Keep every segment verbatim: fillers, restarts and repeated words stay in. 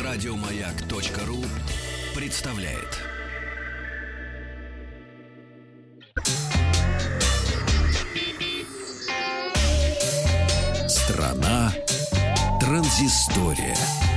Радиомаяк.ру представляет. Страна транзистория.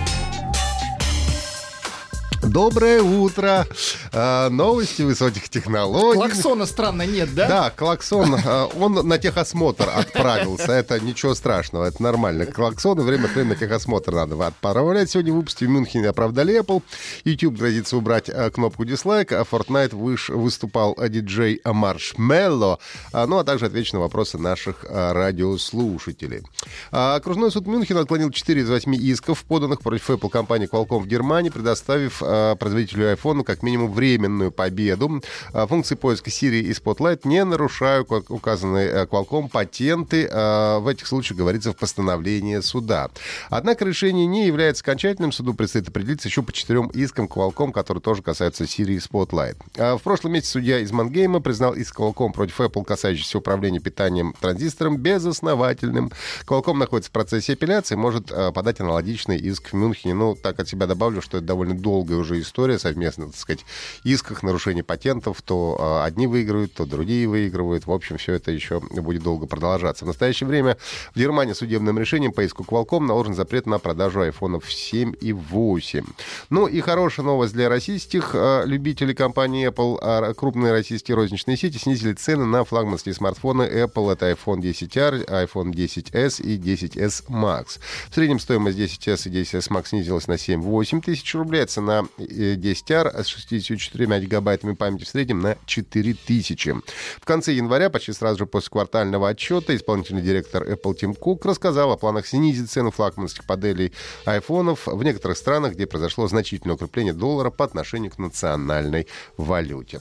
Доброе утро. А, новости высоких технологий. Клаксона странно нет, да? Да, клаксон. а, Он на техосмотр отправился. Это ничего страшного, это нормально. Клаксоны время от времени на техосмотр надо отправлять. Сегодня в выпуске в Мюнхене оправдали Apple. YouTube грозится убрать а, кнопку дизлайк. А Fortnite выш, выступал а, диджей Marshmello. А, ну, а также отвечу на вопросы наших а, радиослушателей. А, окружной суд Мюнхена отклонил четыре из восьми исков, поданных против Apple компании Qualcomm в Германии, предоставив а, производителю iPhone как минимум временную победу. Функции поиска Siri и Spotlight не нарушают указанные Qualcomm патенты. В этих случаях говорится в постановлении суда. Однако решение не является окончательным. Суду предстоит определиться еще по четырем искам Qualcomm, которые тоже касаются Siri и Spotlight. В прошлом месяце судья из Мангейма признал иск Qualcomm против Apple, касающийся управления питанием транзистором, безосновательным. Qualcomm находится в процессе апелляции, может подать аналогичный иск в Мюнхене. Ну, так от себя добавлю, что это довольно долгая уже история совместно, так сказать, исках, нарушений патентов, то э, одни выигрывают, то другие выигрывают. В общем, все это еще будет долго продолжаться. В настоящее время в Германии судебным решением по иску Qualcomm наложен запрет на продажу айфонов семь и восемь. Ну и хорошая новость для российских э, любителей компании Apple. А крупные российские розничные сети снизили цены на флагманские смартфоны Apple. Это iPhone десять ар, iPhone десять эс и десять эс Max. В среднем стоимость десять эс и десять эс Max снизилась на семь-восемь тысяч рублей. Цена десять ар с шестьдесят четырьмя гигабайтами памяти в среднем на четыре тысячи. В конце января, почти сразу же после квартального отчета, исполнительный директор Apple Тим Кук рассказал о планах снизить цену флагманских моделей айфонов в некоторых странах, где произошло значительное укрепление доллара по отношению к национальной валюте.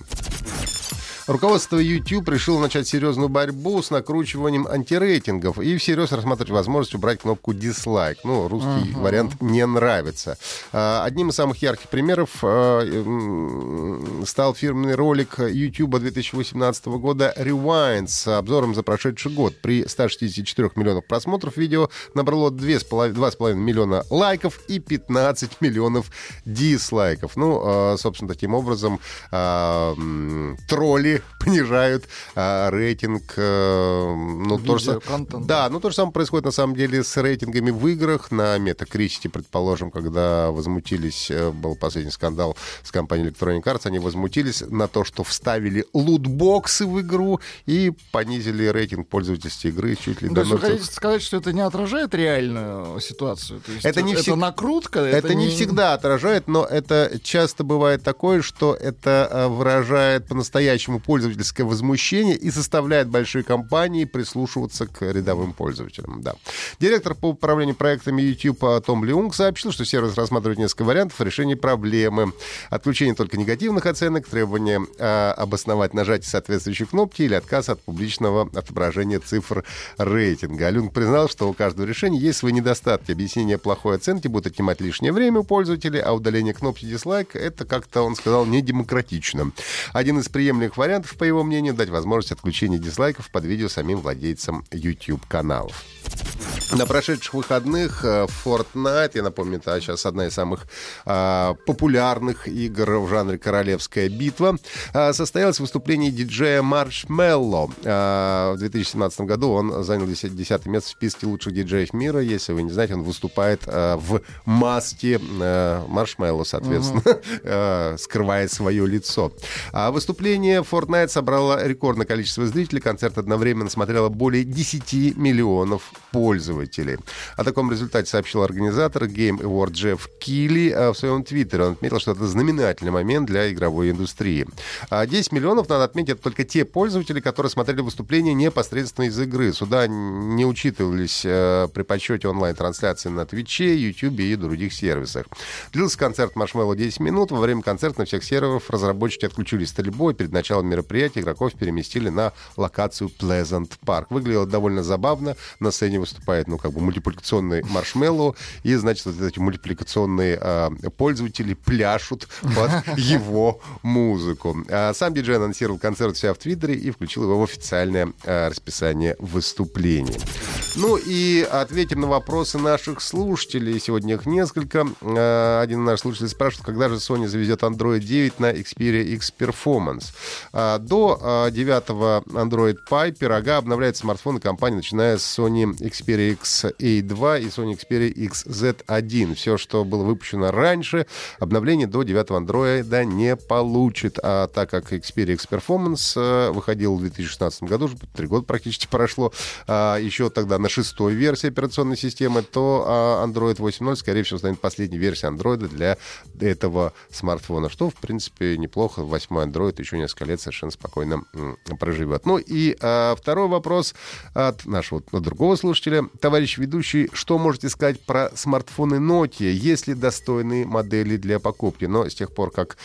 Руководство YouTube решило начать серьезную борьбу с накручиванием антирейтингов и всерьез рассматривать возможность убрать кнопку дизлайк. Ну, русский uh-huh. вариант не нравится. Одним из самых ярких примеров стал фирменный ролик YouTube две тысячи восемнадцатого года Rewind с обзором за прошедший год. При ста шестидесяти четырёх миллионах просмотров видео набрало два с половиной миллиона лайков и пятнадцать миллионов дизлайков. Ну, собственно, таким образом тролли понижают а, рейтинг. А, ну, то же, да, ну то же самое происходит на самом деле с рейтингами в играх. На Metacritic, предположим, когда возмутились, был последний скандал с компанией Electronic Arts, они возмутились на то, что вставили лутбоксы в игру и понизили рейтинг пользовательской игры чуть ли до ноль. Вы хотите сказать, что это не отражает реальную ситуацию? То есть это не это всег... накрутка? Это, это не... не всегда отражает, но это часто бывает такое, что это выражает по-настоящему пользовательское возмущение и заставляет большие компании прислушиваться к рядовым пользователям. Да. Директор по управлению проектами YouTube Том Леунг сообщил, что сервис рассматривает несколько вариантов решения проблемы. Отключение только негативных оценок, требование э, обосновать нажатие соответствующей кнопки или отказ от публичного отображения цифр рейтинга. Леунг признал, что у каждого решения есть свои недостатки. Объяснение плохой оценки будет отнимать лишнее время у пользователей, а удаление кнопки дизлайк — это, как-то он сказал, недемократично. Один из приемлемых вариантов, по его мнению, дать возможность отключения дизлайков под видео самим владельцам YouTube-каналов. На прошедших выходных Fortnite, я напомню, это сейчас одна из самых а, популярных игр в жанре «Королевская битва», а, состоялось выступление диджея Marshmello. А, в две тысячи семнадцатом году он занял десятое место в списке лучших диджеев мира. Если вы не знаете, он выступает а, в маске а, Marshmello, соответственно, uh-huh. а, скрывая свое лицо. А выступление Fortnite собрало рекордное количество зрителей. Концерт одновременно смотрело более десяти миллионов пользователей. О таком результате сообщил организатор Game Award Джефф Килли в своем твиттере. Он отметил, что это знаменательный момент для игровой индустрии. десять миллионов, надо отметить, это только те пользователи, которые смотрели выступление непосредственно из игры. Сюда не учитывались при подсчете онлайн-трансляции на Твиче, Ютубе и других сервисах. Длился концерт Marshmello десять минут. Во время концерта на всех серверах разработчики отключили стрельбу, и перед началом мероприятия игроков переместили на локацию Pleasant Park. Выглядело довольно забавно. На сцене выступает ну, как бы мультипликационный маршмеллоу, и, значит, вот эти мультипликационные э, пользователи пляшут под его музыку. А сам диджей анонсировал концерт у себя в Твиттере и включил его в официальное э, расписание выступлений. Ну и ответим на вопросы наших слушателей. Сегодня их несколько. Э, один наш слушатель спрашивает, когда же Sony завезет Android девять на Xperia X Performance. Э, до э, девятого Android Pie пирога обновляет смартфоны компании, начиная с Sony Xperia X A два и Sony Xperia X Z один. Все, что было выпущено раньше, обновление до девятого Android не получит. А так как Xperia X Performance э, выходил в две тысячи шестнадцатом году, уже три года практически прошло, э, еще тогда на шестой версии операционной системы, то э, Android восемь ноль, скорее всего, станет последней версией Android для этого смартфона, что, в принципе, неплохо. Восьмой Android еще несколько лет совершенно спокойно м, проживет. Ну и э, второй вопрос от нашего от другого слушателя. Товарищ ведущий, что можете сказать про смартфоны Nokia? Есть ли достойные модели для покупки? Но с тех пор, как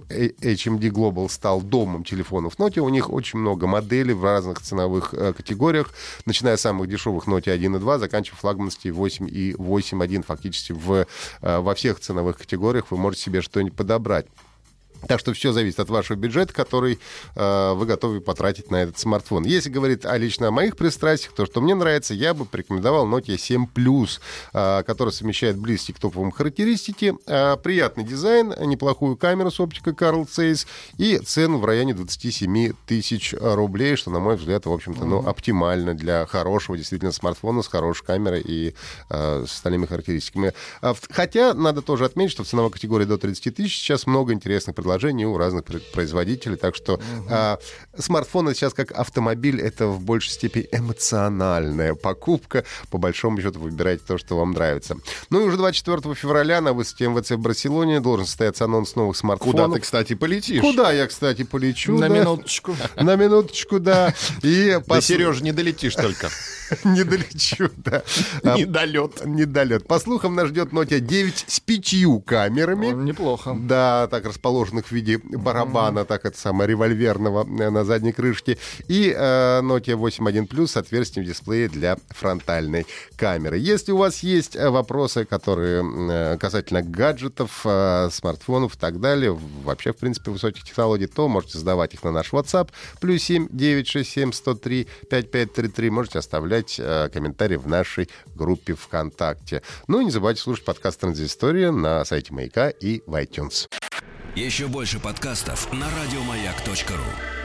эйч эм ди Global стал домом телефонов Nokia, у них очень много моделей в разных ценовых э, категориях, начиная с самых дешевых Nokia один и два, заканчивая флагманские восемь и восемь точка один. Фактически в, э, во всех ценовых категориях вы можете себе что-нибудь подобрать. Так что все зависит от вашего бюджета, который э, вы готовы потратить на этот смартфон. Если говорить о лично о моих пристрастиях, то, что мне нравится, я бы порекомендовал Nokia семь плюс, э, который совмещает близкие к топовым характеристики, э, приятный дизайн, неплохую камеру с оптикой Carl Zeiss и цену в районе двадцать семь тысяч рублей, что, на мой взгляд, в общем-то, ну, оптимально для хорошего действительно смартфона с хорошей камерой и э, с остальными характеристиками. Хотя надо тоже отметить, что в ценовой категории до тридцать тысяч сейчас много интересных предложений у разных производителей, так что uh-huh. а, смартфоны сейчас как автомобиль, это в большей степени эмоциональная покупка. По большому счету выбирайте то, что вам нравится. Ну и уже двадцать четвёртого февраля на выставке эм вэ цэ в Барселоне должен состояться анонс новых смартфонов. Куда ты, кстати, полетишь? Куда я, кстати, полечу? На да? минуточку. На минуточку, да. И да, пос... Сережа, не долетишь только. Не долечу, да. Недолет. Недолет. По слухам, нас ждет Nokia девять с пятью камерами. Неплохо. Да, так расположенных в виде барабана, mm-hmm. так это самое, револьверного на задней крышке. И э, Nokia восемь один плюс с отверстием дисплея для фронтальной камеры. Если у вас есть вопросы, которые э, касательно гаджетов, э, смартфонов и так далее, вообще, в принципе, высоких технологий, то можете задавать их на наш WhatsApp. Плюс семь девятьсот шестьдесят семь сто три пятьдесят пять тридцать три. Можете оставлять э, комментарии в нашей группе ВКонтакте. Ну и не забывайте слушать подкаст «Транзистория» на сайте Маяка и в iTunes. Еще больше подкастов на радиомаяк точка ру.